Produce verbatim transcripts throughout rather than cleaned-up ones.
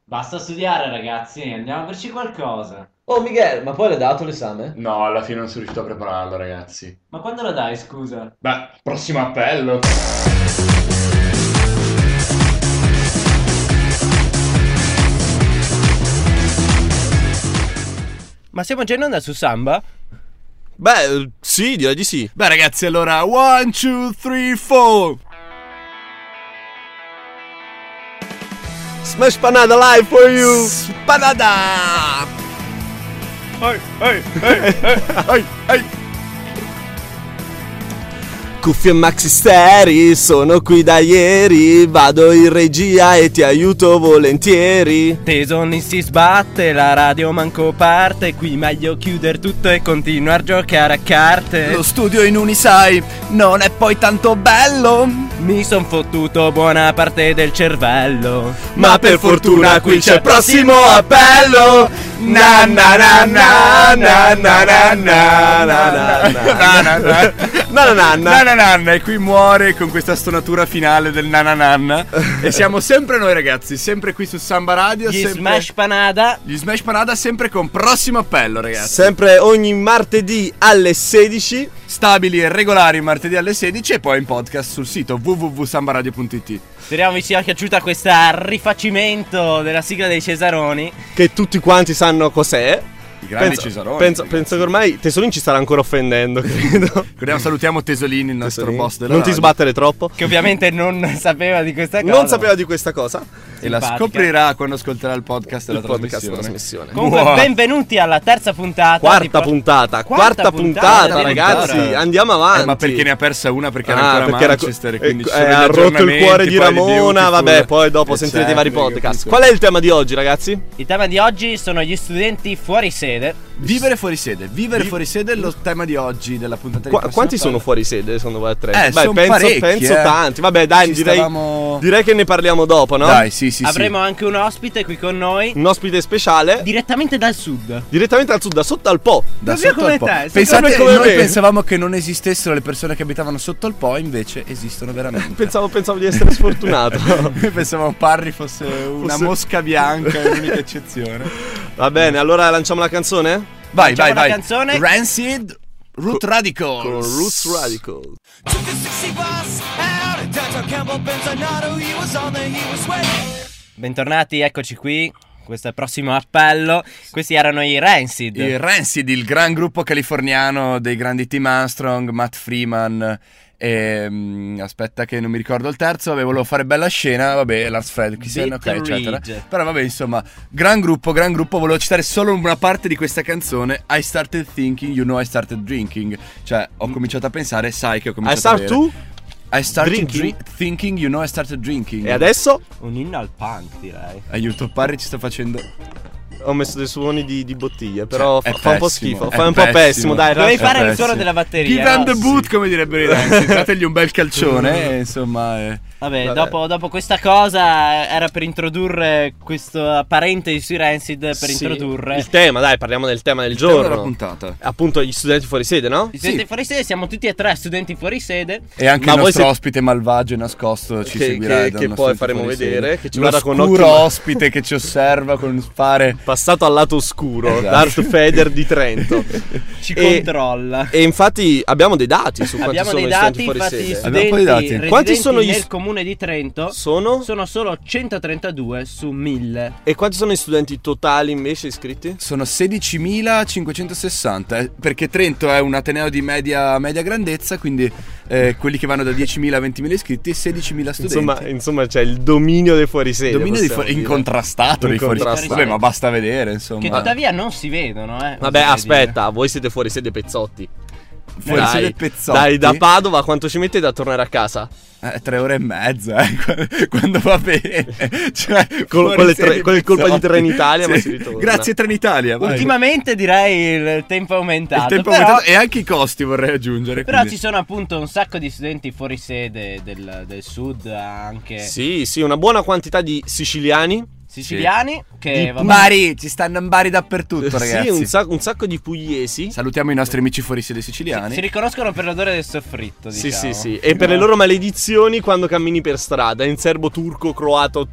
Basta studiare, ragazzi, andiamo a berci qualcosa. Oh Miguel, ma poi l'hai dato l'esame? No, alla fine non sono riuscito a prepararlo, ragazzi. Ma quando lo dai, scusa? Beh, prossimo appello. Ma siamo già in onda su Samba? Beh, sì, direi di sì. Beh ragazzi, allora one, two, three, four. Smash Panada live for you. Spanada! Ehi, ehi, ehi, ehi, ehi. Cuffie e maxi stereo, sono qui da ieri. Vado in regia e ti aiuto volentieri. Tesoni si sbatte, la radio manco parte. Qui meglio chiudere tutto e continuare a giocare a carte. Lo studio in Unisai non è poi tanto bello. Mi son fottuto buona parte del cervello. Ma per fortuna qui c'è il prossimo appello. Na na na na na na na na na na na. Nanananna Nanananna. E qui muore con questa stonatura finale del nanananna. E siamo sempre noi ragazzi, sempre qui su Samba Radio. Gli sempre... Smash Panada. Gli Smash Panada sempre con prossimo appello ragazzi. Sempre ogni martedì alle sedici. Stabili e regolari martedì alle sedici. E poi in podcast sul sito w w w punto sambaradio punto i t. Speriamo vi sia piaciuta questo rifacimento della sigla dei Cesaroni. Che tutti quanti sanno cos'è. I grandi Penso, Cesaroni. penso, penso che ormai Tesolin ci starà ancora offendendo, credo. Ricordiamo, salutiamo Tesolini, il nostro Tesolin. boss della Non ti radio. sbattere troppo. Che ovviamente non sapeva di questa cosa. Non sapeva di questa cosa. E la Simpatica. scoprirà quando ascolterà il podcast della Il podcast trasmissione. della trasmissione. Comunque Wow. benvenuti alla terza puntata. Quarta di po- puntata, Quarta quarta puntata, puntata, ragazzi. addirittura. Andiamo avanti. Eh, ma perché ne ha persa una? Perché era Ah, ancora perché era- Manchester e eh, quindi ci eh, sono gli ha rotto il aggiornamenti, cuore di poi il Ramona. Beautiful, Vabbè, poi dopo eccetera, sentirete i vari podcast. capito. Qual è il tema di oggi, ragazzi? Il tema di oggi sono gli studenti fuori sede. Vivere fuori sede. Vivere Vi- fuori sede è lo tema di oggi della puntata di Qua- prossimo quanti appello. sono fuori sede secondo voi a tre? Eh, Beh, son penso, parecchi, penso eh. tanti. Vabbè, dai, Ci direi, stavamo- direi che ne parliamo dopo, no? Dai, sì, sì, Avremo sì. anche un ospite qui con noi. Un ospite speciale Direttamente dal sud. direttamente al sud, da sotto al Po. Da Proprio sotto come al Po. te, Pensate, come noi me. pensavamo che non esistessero le persone che abitavano sotto il Po, invece esistono veramente. Pensavo, pensavo di essere sfortunato. Noi pensavamo Parri fosse una Fosse- mosca bianca, è l'unica eccezione. Va bene, allora lanciamo la canzone? Vai, Facciamo vai, la vai. canzone. Rancid, Root Radicals. Con Roots Radical. Bentornati, eccoci qui. Questo è il prossimo appello. Questi erano i Rancid. Il Rancid, il gran gruppo californiano dei grandi Tim Armstrong, Matt Freeman e mm, aspetta che non mi ricordo il terzo. Vabbè, volevo fare bella scena. Vabbè, Lars Fredrickson, ok, Beat eccetera. Ridge. Però vabbè, insomma, gran gruppo, gran gruppo. Volevo citare solo una parte di questa canzone. I started thinking, you know I started drinking. Cioè, ho cominciato a pensare, sai che ho I cominciato start a to? bere. I started Drinking? dri- thinking, you know I started drinking. E adesso Un inno al punk, direi. Aiuto, Parri ci sta facendo. ho messo dei suoni di, di bottiglie, però Cioè, fa, è fa un po' pessimo, schifo. è Fa un po' pessimo. pessimo, dai, Dovevi raga. fare il pessimo. suono della batteria. Give them the no? boot, come direbbero i Rancid. Dategli un bel calcione, eh, insomma. eh. Vabbè, Vabbè. Dopo, dopo questa cosa era per introdurre questa parentesi sui Rancid. Per Sì, introdurre il tema, dai, parliamo del tema del Tema della giorno. puntata. Appunto, gli studenti fuori sede, no? gli studenti sì. fuori sede. Siamo tutti e tre studenti fuori sede. E anche Ma il voi nostro siete- ospite malvagio e nascosto ci Che- seguirà. che- ed è che un poi nostro faremo fuori sede. vedere, che ci Lo guarda con scuro occhi- ospite che ci osserva con fare. Passato al lato oscuro, Esatto. Darth Vader di Trento. Ci E- controlla. E infatti abbiamo dei dati su quanti Abbiamo sono dei gli studenti dati, fuori infatti, sede. Abbiamo un po' di studenti dati. residenti Quanti sono gli nel s- comune di Trento Sono? sono solo centotrentadue su mille. E quanti sono gli studenti totali invece iscritti? Sono sedicimilacinquecentosessanta, eh, perché Trento è un ateneo di media, media grandezza, quindi eh, quelli che vanno da diecimila a ventimila iscritti e sedicimila studenti. Insomma, insomma c'è il dominio dei fuorisede. dominio di possiamo fuori- dire. incontrastato dei fuori. Incontrastato. Vabbè, ma basta vedere, insomma. Che tuttavia non si vedono, eh. Vabbè, oserei aspetta, voi siete fuori sede pezzotti. Fuori Dai, sede pezzotti. Dai, da Padova quanto ci mettete a tornare a casa? Eh, tre ore e mezza, eh, quando va bene. Cioè, Con- fuori con le sede tre- con il colpa di pezzotti. Trenitalia, ma Sì. si ritorna. Grazie Trenitalia, vai. Ultimamente direi il tempo è il aumentato. tempo è però, aumentato e anche i costi vorrei aggiungere. però quindi- ci sono appunto un sacco di studenti fuori sede del, del sud, anche Sì, sì, una buona quantità di siciliani. siciliani. Che Di vabbè, Bari, ci stanno bari dappertutto, Sì, ragazzi. un, sac- un sacco di pugliesi. Salutiamo i nostri amici fuori sede siciliani. si riconoscono per l'odore del soffritto, Sì, diciamo. sì, sì. E per le loro maledizioni quando cammini per strada, in serbo, turco, croato,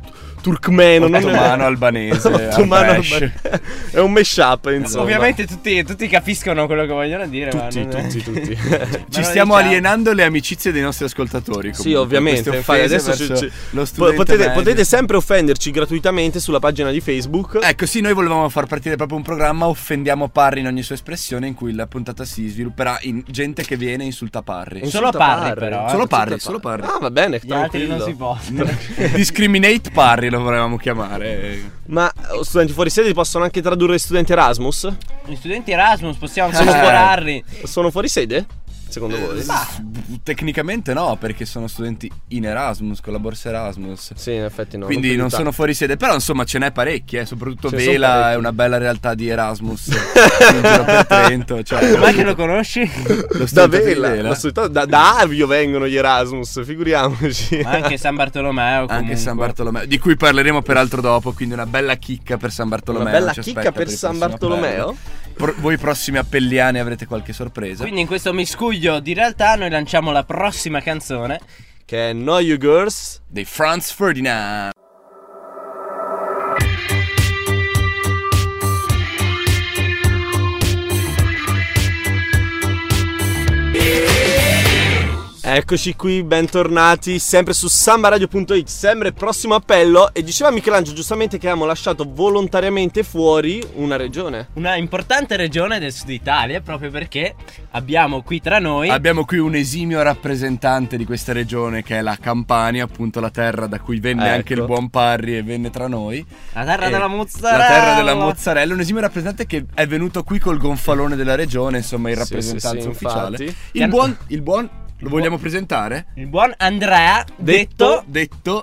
turkmeno, non Ottomano albanese, Ottomano Arbesh. albanese. È un mashup, insomma. Ovviamente tutti, tutti capiscono quello che vogliono dire, tutti, ma non... tutti, tutti. Ci lo stiamo diciamo. alienando le amicizie dei nostri ascoltatori. Sì, comunque, ovviamente. queste Infatti, offese adesso verso ci- ci- lo po- studente potete, medio. potete sempre offenderci gratuitamente sulla pagina di Facebook. Ecco, sì, noi volevamo far partire proprio un programma Offendiamo Parri in ogni sua espressione, in cui la puntata si svilupperà in gente che viene e insulta Parri. Insulta Solo Parri, però, eh. Solo Parri, Insulta solo Parri. Ah, va bene, Gli altri tranquillo. non si possono. Discriminate Parri lo volevamo chiamare. Ma oh, studenti fuori sede possono anche tradurre studenti Erasmus? Gli studenti Erasmus possiamo Eh. sottoporarli. Sono fuori sede? Secondo voi? Tecnicamente no, perché sono studenti in Erasmus, con la borsa Erasmus. Sì, in effetti no. Quindi più non di sono tanto. fuori sede, però insomma ce n'è parecchi, eh, soprattutto Ce ne sono Vela parecchi. è una bella realtà di Erasmus in giro per Trento, cioè, Com'è che lo conosci? lo Da studente di Vela, Vela. la solita- da, da Avio vengono gli Erasmus, figuriamoci. Ma anche San Bartolomeo comunque. Anche San Bartolomeo, di cui parleremo peraltro dopo, quindi una bella chicca per San Bartolomeo. Una bella ci chicca aspetta per il San prossimo Bartolomeo? appello. Pro- voi prossimi appelliani avrete qualche sorpresa. Quindi in questo miscuglio di realtà noi lanciamo la prossima canzone. Che è No You Girls. Dei Franz Ferdinand. Eccoci qui, bentornati sempre su sambaradio punto it, sempre prossimo appello. E diceva Michelangelo giustamente che abbiamo lasciato volontariamente fuori una regione. Una importante regione del sud Italia, proprio perché abbiamo qui tra noi Abbiamo qui un esimio rappresentante di questa regione che è la Campania, appunto la terra da cui venne Ecco. anche il buon Parri e venne tra noi. la terra E della mozzarella. La terra della mozzarella, un esimio rappresentante che è venuto qui col gonfalone della regione, insomma in Sì, rappresentanza sì, sì, ufficiale. infatti. Il buon, il buon, lo vogliamo presentare? Il buon Andrea, detto, Detto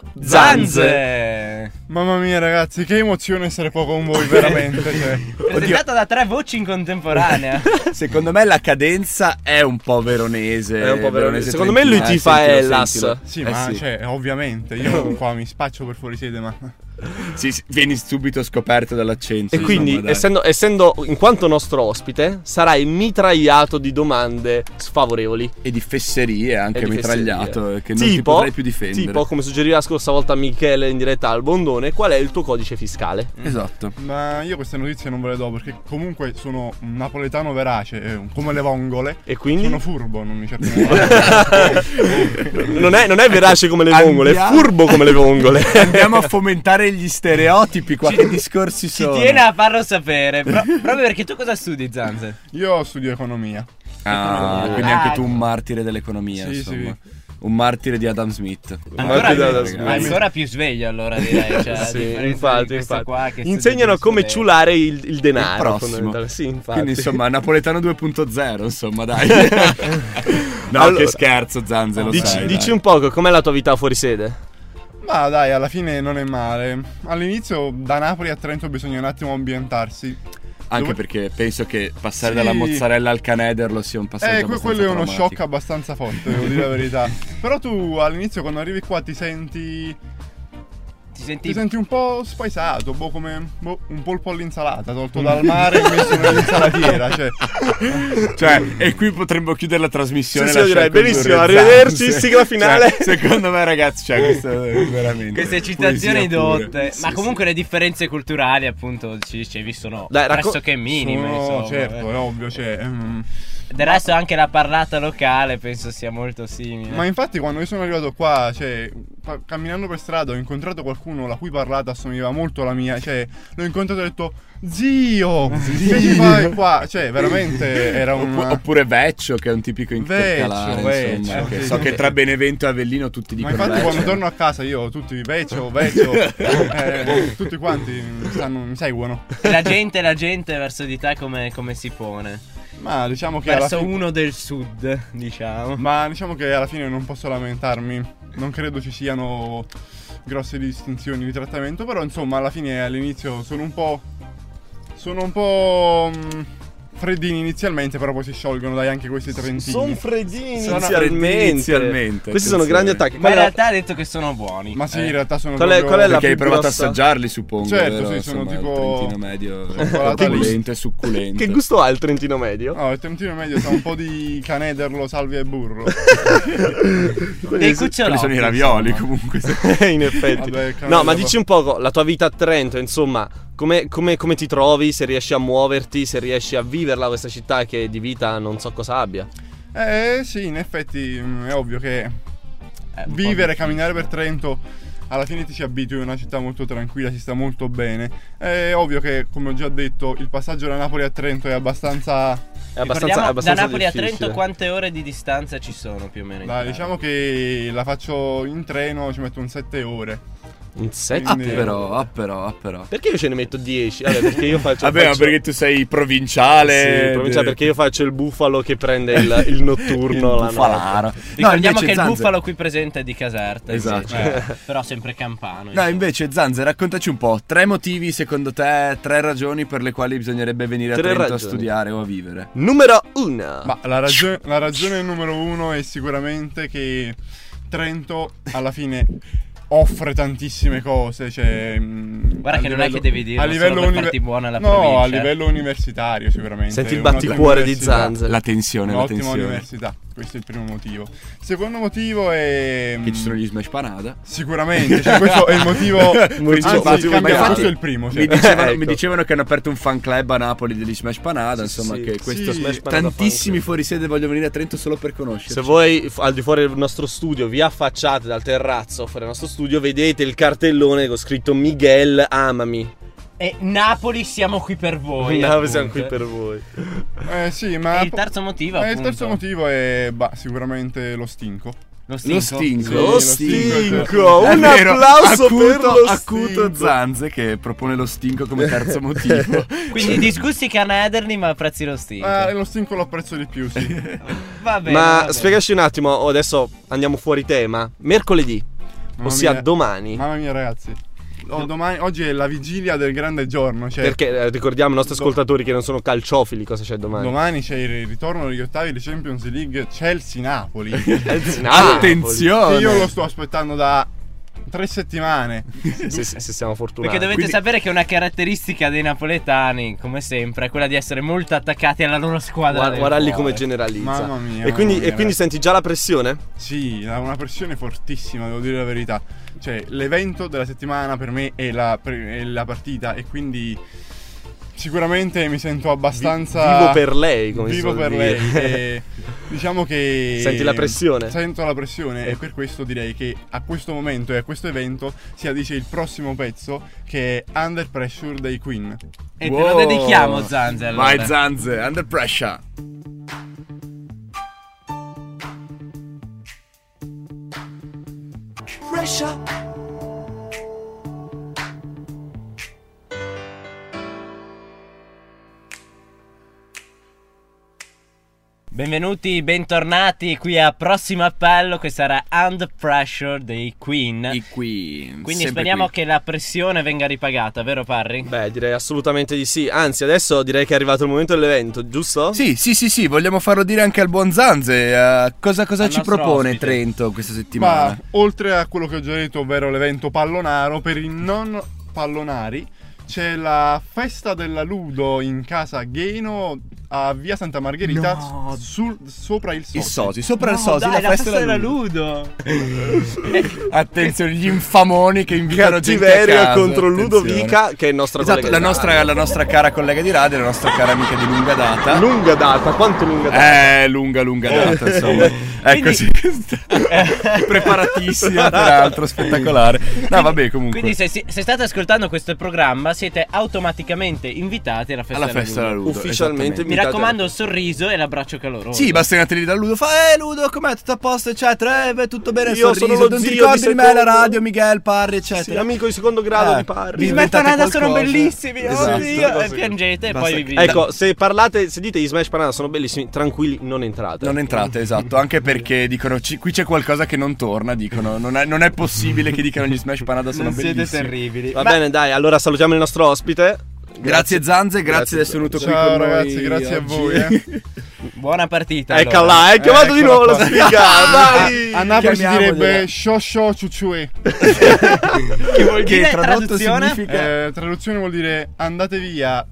Zanze. Mamma mia ragazzi, che emozione essere qua con voi, veramente. Cioè. Presentato da tre voci in contemporanea. Secondo me la cadenza è un po' veronese. È un po' veronese. Secondo me trentina, lui eh, tifa sentilo, Hellas. sentilo. Sì, Eh ma sì. cioè, ovviamente, io qua mi spaccio per fuori sede, ma... Sì, sì, vieni subito scoperto dall'accento. E quindi, insomma, dai. essendo, essendo in quanto nostro ospite, sarai mitragliato di domande sfavorevoli. E di fesserie anche E di mitragliato, fesserie. che non ti Tipo- potrai più difendere. Tipo, come suggeriva la scorsa volta Michele in diretta al Bondone, qual è il tuo codice fiscale? Esatto. Ma io queste notizie non ve le do perché comunque sono un napoletano verace, eh, come le vongole. E quindi? Sono furbo, non mi cerco male. non, è, non è verace come le vongole, è Andiamo- furbo come le vongole. Andiamo a fomentare gli stereotipi qua. Che discorsi Ci sono? tiene a farlo sapere. Pro- proprio perché tu cosa studi, Zanze? Io studio economia. Ah, quindi Ah, anche tu un martire dell'economia, Sì, insomma. sì. Un martire di Adam Smith. Ancora, Anche da- più, da- ancora più sveglio allora direi, cioè, a Sì, differenza infatti, di questo infatti. qua che studia Insegnano come giurisprudenza. ciulare il, il denaro. Il prossimo. fondamentalmente. Sì, infatti. Quindi insomma napoletano due punto zero, insomma, dai. No, Allora, che scherzo, Zanze, lo dici, sai, dici dai. un poco, com'è la tua vita fuori sede? Ma dai, alla fine non è male. All'inizio da Napoli a Trento bisogna un attimo ambientarsi. Anche Dove- perché penso che passare Sì. dalla mozzarella al canederlo sia un passaggio Eh, que- abbastanza quello è uno traumatico. shock abbastanza forte, devo dire la verità. Però tu all'inizio quando arrivi qua ti senti... Ti senti Ti senti un po' spaesato, boh, come boh, un polpo all'insalata, tolto dal mare e messo nell'insalatiera, cioè... Cioè, e qui potremmo chiudere la trasmissione. Sì, sì, e lasciar direi, benissimo, condurre arrivederci, Zanze. sigla finale. Cioè, secondo me, ragazzi, cioè, questo è veramente queste citazioni poesia pura. dotte. Sì, Ma sì. comunque le differenze culturali, appunto, ci dicevi, sono Dai, racco- pressoché minime. No, insomma, certo, eh. è ovvio, cioè... mm. Del resto anche la parlata locale penso sia molto simile. Ma infatti quando io sono arrivato qua, cioè, pa- camminando per strada ho incontrato qualcuno la cui parlata assomigliava molto alla mia, cioè, l'ho incontrato e ho detto zio, che ci fai qua? Cioè, veramente era un... Oppu- Oppure Vecchio, che è un tipico intercalare, Vecchio, insomma, Vecchio, che sì, so sì. che tra Benevento e Avellino tutti Ma dicono infatti Vecchio. quando torno a casa io tutti vecchio, vecchio, eh, tutti quanti mi, stanno, mi seguono. E la gente, la gente verso di te come, come si pone? Ma diciamo che alla Verso fine... uno del sud, diciamo. Ma diciamo che alla fine non posso lamentarmi. Non credo ci siano grosse distinzioni di trattamento. Però insomma alla fine all'inizio sono un po'... Sono un po'... mh, freddini inizialmente, però poi si sciolgono, dai, anche questi trentini. Sono freddini Sono inizialmente. freddini inizialmente, Questi sono attenzione. grandi attacchi. Ma Qual in è la- realtà ha detto che sono buoni. Ma sì, Eh. in realtà sono Qual è- proprio... qual è la Perché hai più provato a grossa? assaggiarli, suppongo. Certo, vero? sì, sono Insomma, tipo- il Trentino medio Cioccolata lì. succulento e succulento. Che gusto ha il Trentino medio? No, il Trentino medio sa un po' di canederlo, salvia e burro. Dei Quelli cucciolotti. sono i ravioli insomma. comunque. In effetti. Vabbè, il No, ma canederlo. dici un poco la tua vita a Trento, insomma, come, come- come ti trovi, se riesci a muoverti, se riesci a viverla questa città che di vita non so cosa abbia. Eh sì, in effetti mh, è ovvio che È un po' vivere, difficile. camminare per Trento, alla fine ti ci abitui, è una città molto tranquilla, si sta molto bene. È ovvio che, come ho già detto, il passaggio da Napoli a Trento è abbastanza... È abbastanza, Ricordiamo, è abbastanza da Napoli difficile. a Trento quante ore di distanza ci sono più o meno? in Dai, Italia? diciamo che la faccio in treno, ci metto un sette ore. Un set? Ah Quindi- però, ah però, ah però. Perché io ce ne metto dieci? Vabbè, perché io faccio. Vabbè, ma faccio- perché tu sei provinciale. Sì, provincia, perché io faccio il bufalo che prende il, il notturno. il la bufalaro. notte. Ricordiamo che il Zanze- bufalo qui presente è di Caserta, Esatto. invece. Eh, però sempre campano. No, insomma. invece Zanze, raccontaci un po', tre motivi secondo te, tre ragioni per le quali bisognerebbe venire a Tre Trento ragioni. a studiare o a vivere. Numero uno. Ma la, ragione- la ragione numero uno è sicuramente che Trento alla fine offre tantissime cose, cioè mh, Guarda a che non è che devi dirlo a livello solo per univer- farti buona alla no, provincia, a eh. livello universitario sicuramente. Senti il è un'ottima batticuore di università. Zanze. La tensione, la Un'ottima tensione. università, questo è il primo motivo. Il secondo motivo è Che ci sono gli Smash Panada. sicuramente, cioè questo è il motivo Motivo anzi, motivo cambia immediato. questo è il primo, cioè. Mi dicevano, Ecco. mi dicevano che hanno aperto un fan club a Napoli degli Smash Panada, Sì, insomma, sì, che sì. questo Sì, Smash Panada tantissimi fan fuori sede vogliono venire a Trento solo per conoscerci. Se voi f- al di fuori del nostro studio vi affacciate dal terrazzo fuori dal nostro studio, vedete il cartellone con scritto Miguel amami. E Napoli siamo qui per voi. No, appunto. siamo qui per voi. Eh sì, ma E il terzo motivo, eh, il appunto. terzo motivo è bah, sicuramente lo stinco. Lo Lo stinco. stinco. Lo lo stinco, stinco, È un vero, applauso acuto, per lo acuto stinco. Zanze che propone lo stinco come terzo motivo. Quindi disgusti canederli ma apprezzi lo stinco. Ah, lo stinco lo apprezzo di più, sì. Va bene. Ma va bene. spiegaci un attimo, oh, adesso andiamo fuori tema. Mercoledì, Mamma ossia mia. domani. Mamma mia, ragazzi. Oh, domani, oggi è la vigilia del grande giorno. Cioè, Perché eh, ricordiamo ai nostri Do- ascoltatori che non sono calciofili, cosa c'è domani? domani c'è il ritorno degli ottavi di Champions League Chelsea-Napoli. Chelsea, Napoli. Attenzione! Che io lo sto aspettando da tre settimane. Se, se- se siamo fortunati. Perché dovete Quindi- sapere che una caratteristica dei napoletani, come sempre, è quella di essere molto attaccati alla loro squadra. Guarda, del guarda lì cuore. come generalizza. Mamma mia, E quindi, mamma e mia, quindi senti già la pressione? Sì, ha una pressione fortissima, devo dire la verità. Cioè, l'evento della settimana per me è la, pre- è la partita e quindi sicuramente mi sento abbastanza... Vivo per lei, come si Vivo suol per dire. lei. E diciamo che... Senti la pressione? Sento la pressione e per questo direi che a questo momento e a questo evento si addice il prossimo pezzo che è Under Pressure dei Queen. E te lo dedichiamo, Zanze. Allora. Vai Zanze, Under Pressure. Benvenuti, bentornati qui a Prossimo Appello. Che sarà Under Pressure dei Queen. I Queen. Quindi sempre speriamo qui. che la pressione venga ripagata, vero Parri? Beh, direi assolutamente di sì. Anzi, adesso direi che è arrivato il momento dell'evento, giusto? Sì, sì, sì, sì, vogliamo farlo dire anche al buon Zanze. eh, cosa cosa Al ci nostro propone ospite. Trento questa settimana? Ma oltre a quello che ho già detto, ovvero l'evento pallonaro, per i non pallonari c'è la festa della Ludo in casa Gheno a via Santa Margherita No. sul- sopra il Sosi. Il Sosi, sopra il No, Sosi, dai, la festa della Ludo. Attenzione, gli infamoni che invitano gente a Cattiveria casa, contro attenzione. Ludovica, che è il nostro Esatto, collega la di nostra, radio. la nostra cara collega di radio, la nostra cara amica di lunga data. Lunga data, quanto lunga data? Eh, lunga, lunga data, insomma. Eccoci. Preparatissima, peraltro, spettacolare. No, vabbè, comunque. Quindi se, si- se state ascoltando questo programma siete automaticamente invitati alla festa alla della festa Ludo. della Ludo. Ufficialmente esattamente. Mi invitate- raccomando il sorriso e l'abbraccio caloroso. Sì, basta che andate lì da Ludo, fa, eh Ludo, com'è? Tutto a posto, eccetera, eh, beh, tutto bene, Io sorriso, sono lo non ti zio ricordi di di me, la secondo. radio, Miguel, Parri, Sì, eccetera. amico di secondo grado Eh, di Parri. vi I inventate Smash Panada sono qualcosa. bellissimi, Esatto. oddio, e piangete e Basta poi che- vi Ecco, se parlate, se dite gli Smash Panada sono bellissimi, tranquilli, non entrate. Non entrate, esatto, anche perché dicono ci- qui c'è qualcosa che non torna, dicono non è, non è possibile che dicano gli Smash Panada sono non siete bellissimi. terribili. Va Ma- bene, dai, allora salutiamo il nostro ospite. Grazie Zanze, grazie, Grazie, di essere venuto qui Ciao con ragazzi, noi grazie oggi. a voi. Eh. Buona partita. Ecco allora. là, hai chiamato di Eccola nuovo la qua. spiga. Vai. A Napoli si Chiamiamogliela. direbbe sho sho ciuciue. Che vuol Che dire tradotto traduzione? significa Eh, traduzione vuol dire andate via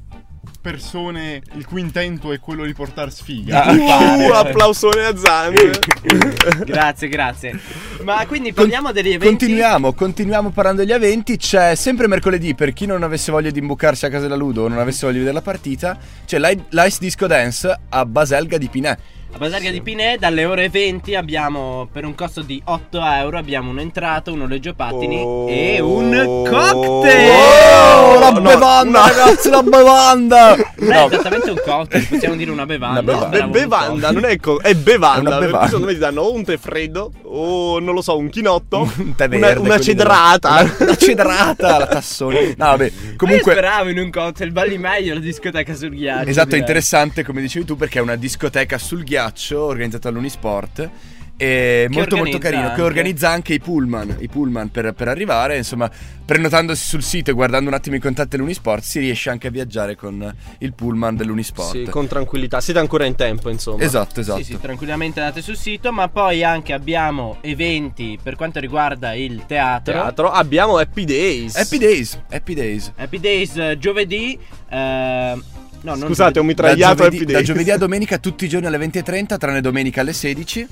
persone il cui intento è quello di portare sfiga. Ah. Uh, applausone a Zanze. Grazie, grazie. Ma quindi parliamo degli eventi. Continuiamo, continuiamo parlando degli eventi. C'è sempre mercoledì, per chi non avesse voglia di imbucarsi a casa della Ludo o non avesse voglia di vedere la partita, c'è l'I- l'Ice Disco Dance a Baselga di Pinè. A Baselga di Pinè dalle ore venti abbiamo, per un costo di otto euro, abbiamo un'entrata, un noleggio pattini Oh. e un cocktail. Oh, la No, bevanda, no. ragazzi, la bevanda! Non è No, esattamente un cocktail, possiamo dire una bevanda. Una bevanda. Be- Speravo un bevanda, cocktail. non è, co- è bevanda. È una perché bevanda. secondo me ti danno o un tè freddo o non lo so, un chinotto, un tè una, verde, una quelli cedrata. della- Una cedrata, la tassone. No, vabbè, Ma io comunque speravo in un cocktail, balli meglio la discoteca sul ghiaccio. esatto, è direi. interessante come dicevi tu perché è una discoteca sul ghiaccio organizzata dall'Unisport e molto molto organizza carino, che anche. organizza anche i pullman, i pullman per, per arrivare, insomma, prenotandosi sul sito e guardando un attimo i contatti dell'Unisport si riesce anche a viaggiare con il pullman dell'Unisport. Sì, con tranquillità. Siete ancora in tempo, insomma. Esatto, esatto. Sì, sì, tranquillamente andate sul sito, ma poi anche abbiamo eventi per quanto riguarda il teatro. Teatro. Abbiamo Happy Days. Happy Days, Happy Days. Happy Days eh, giovedì. eh, no, non Scusate, ho giovedì. Da mitragliato giovedì, Happy da Days. giovedì a domenica tutti i giorni alle venti e trenta, tranne domenica alle sedici.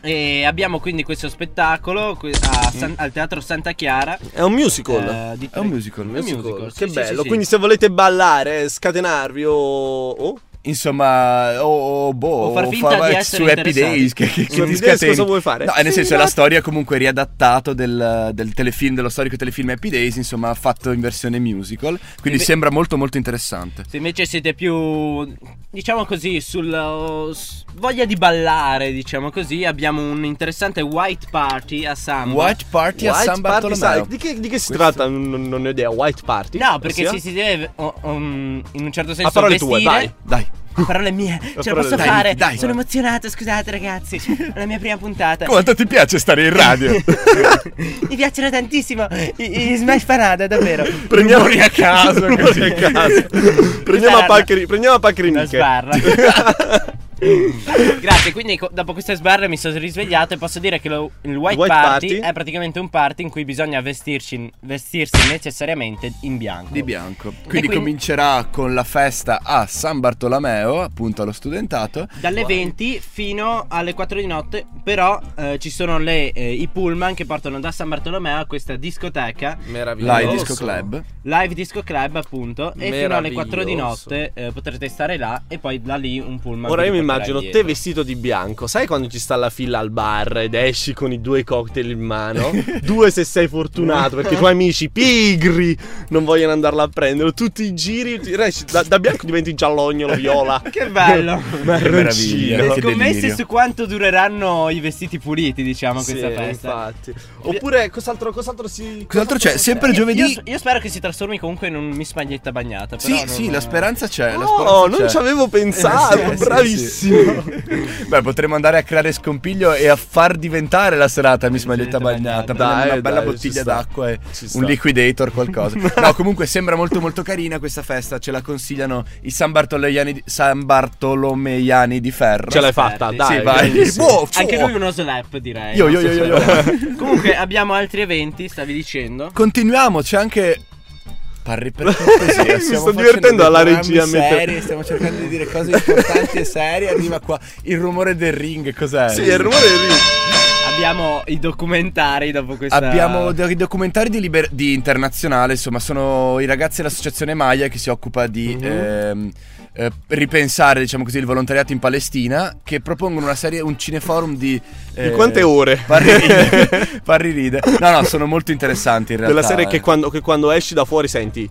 E abbiamo quindi questo spettacolo que- a San- al Teatro Santa Chiara. È un musical. eh, di È un musical. È un musical, Che sì, sì, bello. sì, sì. Quindi se volete ballare, scatenarvi o... o... Insomma, o, o boh, O far finta fa- di su essere Happy interessati. Days che, che, che Su ti Happy Days scateni. cosa vuoi fare? No, nel senso è la storia comunque riadattato del, del telefilm, dello storico telefilm Happy Days, insomma, fatto in versione musical. Quindi Sì, sembra molto molto interessante. Se invece siete più, diciamo così, sul s- voglia di ballare, diciamo così, abbiamo un interessante White Party a Samba. White Party a White San Party, Bartolomeo. sai, di che, di che si Questo- tratta? Non, non ho idea. White Party? No, perché Ossia? si, si deve o- um, in un certo senso A parole vestire. tue, vai. Dai. A parole mie, ce la parole posso tue. fare. Dai, dai. Sono emozionata, scusate ragazzi. È la mia prima puntata. Quanto ti piace stare in radio? Mi piacciono tantissimo i, i Smash Parada, davvero. Prendiamo Rumori a caso, Rumori a caso. Prendiamo a paccheri, prendiamo a paccheri Una miche. sbarra. Grazie, quindi co- dopo queste sbarre mi sono risvegliato e posso dire che lo- il White, White party, Party è praticamente un party in cui bisogna vestirci, vestirsi necessariamente in bianco. Di bianco. Quindi, quindi- comincerà con la festa a San Bartolomeo, appunto allo studentato. Dalle venti fino alle quattro di notte. Però eh, ci sono le, eh, i pullman che portano da San Bartolomeo a questa discoteca Meraviglioso. Live Disco Club. Live Disco Club, appunto. E fino alle quattro di Meraviglioso. notte eh, potrete stare là. E poi da lì un pullman. Ora vi io mi riporterà immagino indietro. te vestito di bianco. Sai quando ci sta la fila al bar ed esci con i due cocktail in mano? Due se sei fortunato, perché i tuoi amici pigri non vogliono andarla a prendere. Tutti i giri, ti- esci da, da bianco diventi giallognolo, viola. Che bello. meraviglia. Marroncino. Che Scommetti delirio. su quanto dureranno i vestiti puliti, diciamo, Sì, questa festa. infatti. Oppure cos'altro, cos'altro si... Cos'altro c'è? Sempre Io, giovedì. io, io spero che si trasformi comunque in un Miss Maglietta bagnata. Però Sì, non- sì, la speranza c'è. la Oh, speranza non c'è. ci avevo pensato, Eh, sì, sì, bravissimo. Beh, potremmo andare a creare scompiglio e a far diventare la serata Miss Maglietta Maglietta bagnata. bagnata. Prendiamo Dai, una bella dai, bottiglia ci sta. d'acqua e Ci un sta. liquidator, qualcosa. No, comunque sembra molto molto carina questa festa. Ce la consigliano i San Bartolomeiani di, San Bartolomeiani di Ferro. Ce l'hai fatta, Sì, dai. Sì, vai. bravissimo. Boh, Anche ciao. lui uno slap, direi. Io, io, io, io, io. Comunque abbiamo altri eventi, stavi dicendo. Continuiamo, c'è anche. Parri per cortesia. Mi stiamo sto facendo divertendo dei alla programmi regia a mettere- seri, stiamo cercando di dire cose importanti e serie. Arriva qua il rumore del ring, cos'è? Sì, il rumore del ring. Abbiamo i documentari dopo questa. Abbiamo dei documentari di, liber- di internazionale, insomma, sono i ragazzi dell'associazione Maya che si occupa di Mhm. ehm, eh, ripensare, diciamo così, il volontariato in Palestina, che propongono una serie, un cineforum di... Di eh, quante ore? Parri ride, parri ride. No, no, sono molto interessanti in realtà. Della serie che eh. quando, che quando esci da fuori senti.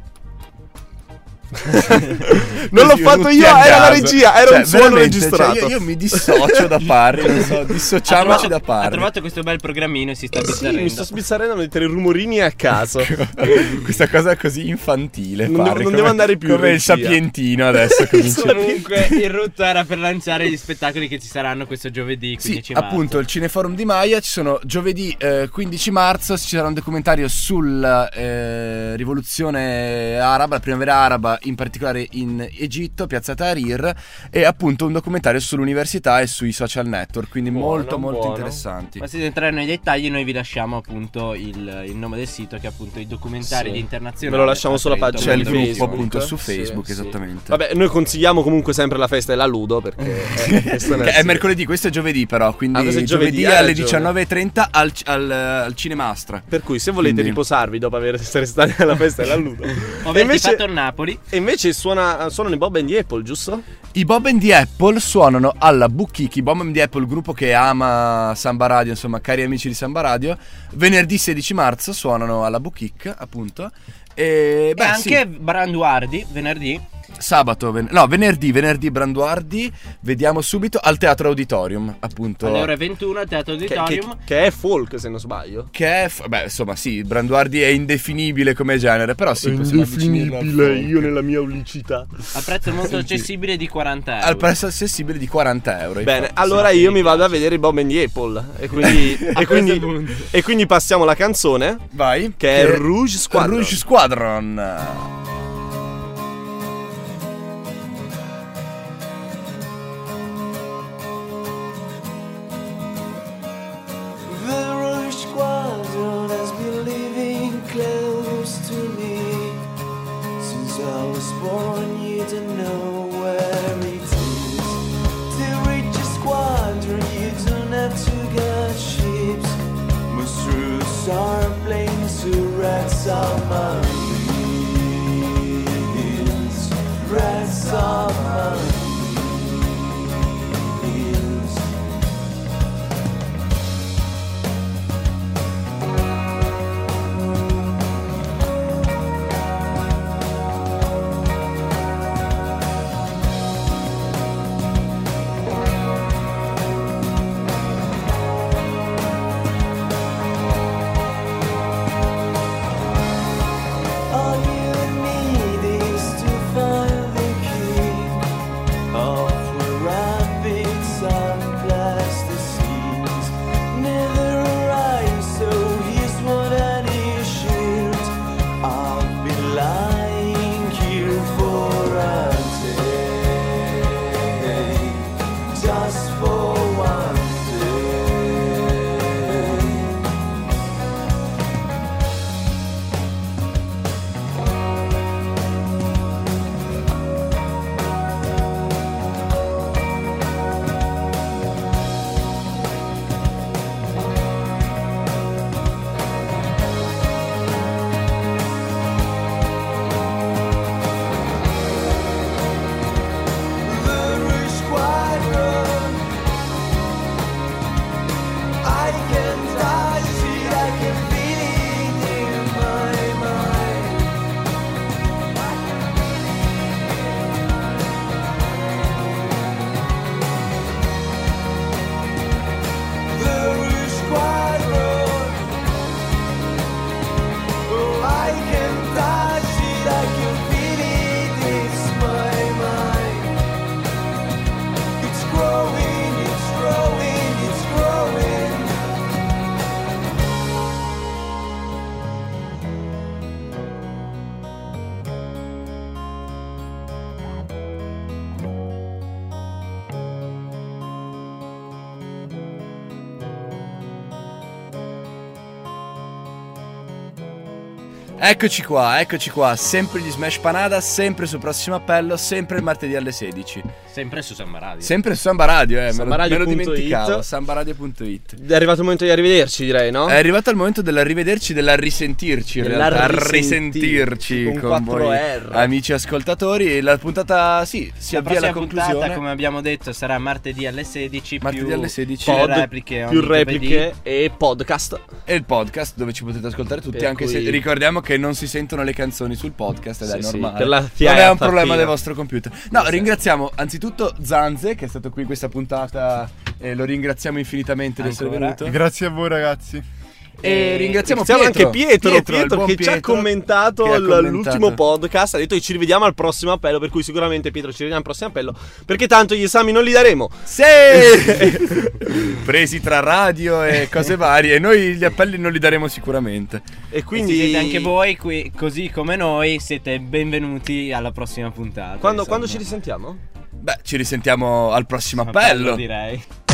Non l'ho Così, fatto tutti io, a era la casa. regia, era Cioè, un suono veramente, registrato. cioè, io, io mi dissocio da Parri, non so, Ha dissociamoci trovato, da ha Parri. trovato questo bel programmino e si sta Sì, bizzarrendo. mi sto sbizzarrendo a mettere i rumorini a caso. Questa cosa così infantile. Non devo- Parri, non come- devo andare più in come il regia. sapientino adesso. comincia. Comunque il rutto era per lanciare gli spettacoli che ci saranno questo giovedì Sì, quindici marzo. appunto, il Cineforum di Maya. Ci sono giovedì eh, quindici marzo. Ci sarà un documentario sulla eh, rivoluzione araba, la primavera araba gira in particolare in Egitto, Piazza Tahrir, e appunto un documentario sull'università e sui social network, quindi Buono, molto molto buono. interessanti. Ma se entrare nei dettagli noi vi lasciamo appunto il, il nome del sito, che è appunto i documentari Sì. di internazionali. Ve lo lasciamo sulla pagina C'è il di gruppo Facebook. appunto su Sì, Facebook, sì. esattamente. Vabbè, noi consigliamo comunque sempre la festa della Ludo perché è, questo Che è mercoledì, questo è giovedì però, quindi Ah, questo è giovedì, giovedì, hai alle ragione. diciannove e trenta al, al, al Cinemastra. Per cui se volete Quindi- riposarvi dopo aver essere stati alla festa della Ludo. Ho E invece, fatto il Napoli. e invece suona, suonano i Bob and the Apple, giusto? I Bob and the Apple suonano alla Buchiki. Bob and the Apple, gruppo che ama Samba Radio, insomma, cari amici di Samba Radio. Venerdì sedici marzo suonano alla Buchik, appunto. E, beh, e anche sì. Branduardi, venerdì. Sabato, ven- no, venerdì, venerdì Branduardi, vediamo subito al Teatro Auditorium, appunto. Alle ore ventuno al Teatro Che, che, Auditorium. che è folk, se non sbaglio. Che è, f- beh, insomma, sì, Branduardi è indefinibile come genere, però sì, possiamo avvicinarlo al folk. nella mia unicità. A prezzo molto accessibile di quaranta euro. Al prezzo accessibile di quaranta euro. Bene, infatti, allora sì. io mi vado a vedere i Bob and the Apple. E quindi, A e quindi, questo punto. e quindi passiamo la canzone. Vai. Che è Rouge Squadron. Rouge Squadron. The Rouge Squadron has been living close to me since I was born. You don't know where it is. To reach a squadron, you don't have to get ships. Most routes are planes to red submarines. Red submarines. All you need is to find the key of rabbits and plasticines. Neither rise, so here's what I need shield. I've been lying here for a day, just for one day. The Rouge Squadron, I can touch it, I can feel it in my mind. The Rouge Squadron, oh, I can touch it, I can feel it, it's my mind. It's growing, it's growing, it's growing. Eccoci qua, eccoci qua, sempre gli Smash Panada, sempre su Prossimo Appello, sempre il martedì alle sedici. Sempre su Samba Radio. Sempre su Samba Radio, eh, me lo, me lo Sambaradio punto dimenticavo, it. sambaradio punto it. È arrivato il momento di arrivederci, direi, no? È arrivato il momento dell'arrivederci, della risentirci in Della realtà, risentirci, risentirci con con, quattro voi R. amici ascoltatori. La puntata, sì, si La avvia alla prossima puntata, conclusione. come abbiamo detto, sarà martedì alle sedici. Martedì più alle sedici. più Pod, repliche più ogni repliche giovedì. e podcast. E il podcast dove ci potete ascoltare tutti, Per anche cui- se ricordiamo che non si sentono le canzoni sul podcast ed è Sì, sì, normale. per la non fiata è un problema fina. del vostro computer. No, Sì. ringraziamo anzitutto Zanze che è stato qui in questa puntata e lo ringraziamo infinitamente di essere Ancora. venuto. Grazie a voi ragazzi. E ringraziamo Siamo Pietro. anche Pietro, Pietro, il buon che ci ha Pietro, commentato che ha l- commentato. l'ultimo podcast. Ha detto che ci rivediamo al prossimo appello. Per cui sicuramente Pietro ci rivediamo al prossimo appello. Perché tanto gli esami non li daremo. Sì! Presi tra radio e cose varie. Noi gli appelli non li daremo sicuramente. E Quindi quindi siete anche voi qui, così come noi, siete benvenuti alla prossima puntata. Quando, insomma. quando ci risentiamo? Beh, ci risentiamo al prossimo Appello, appello. direi.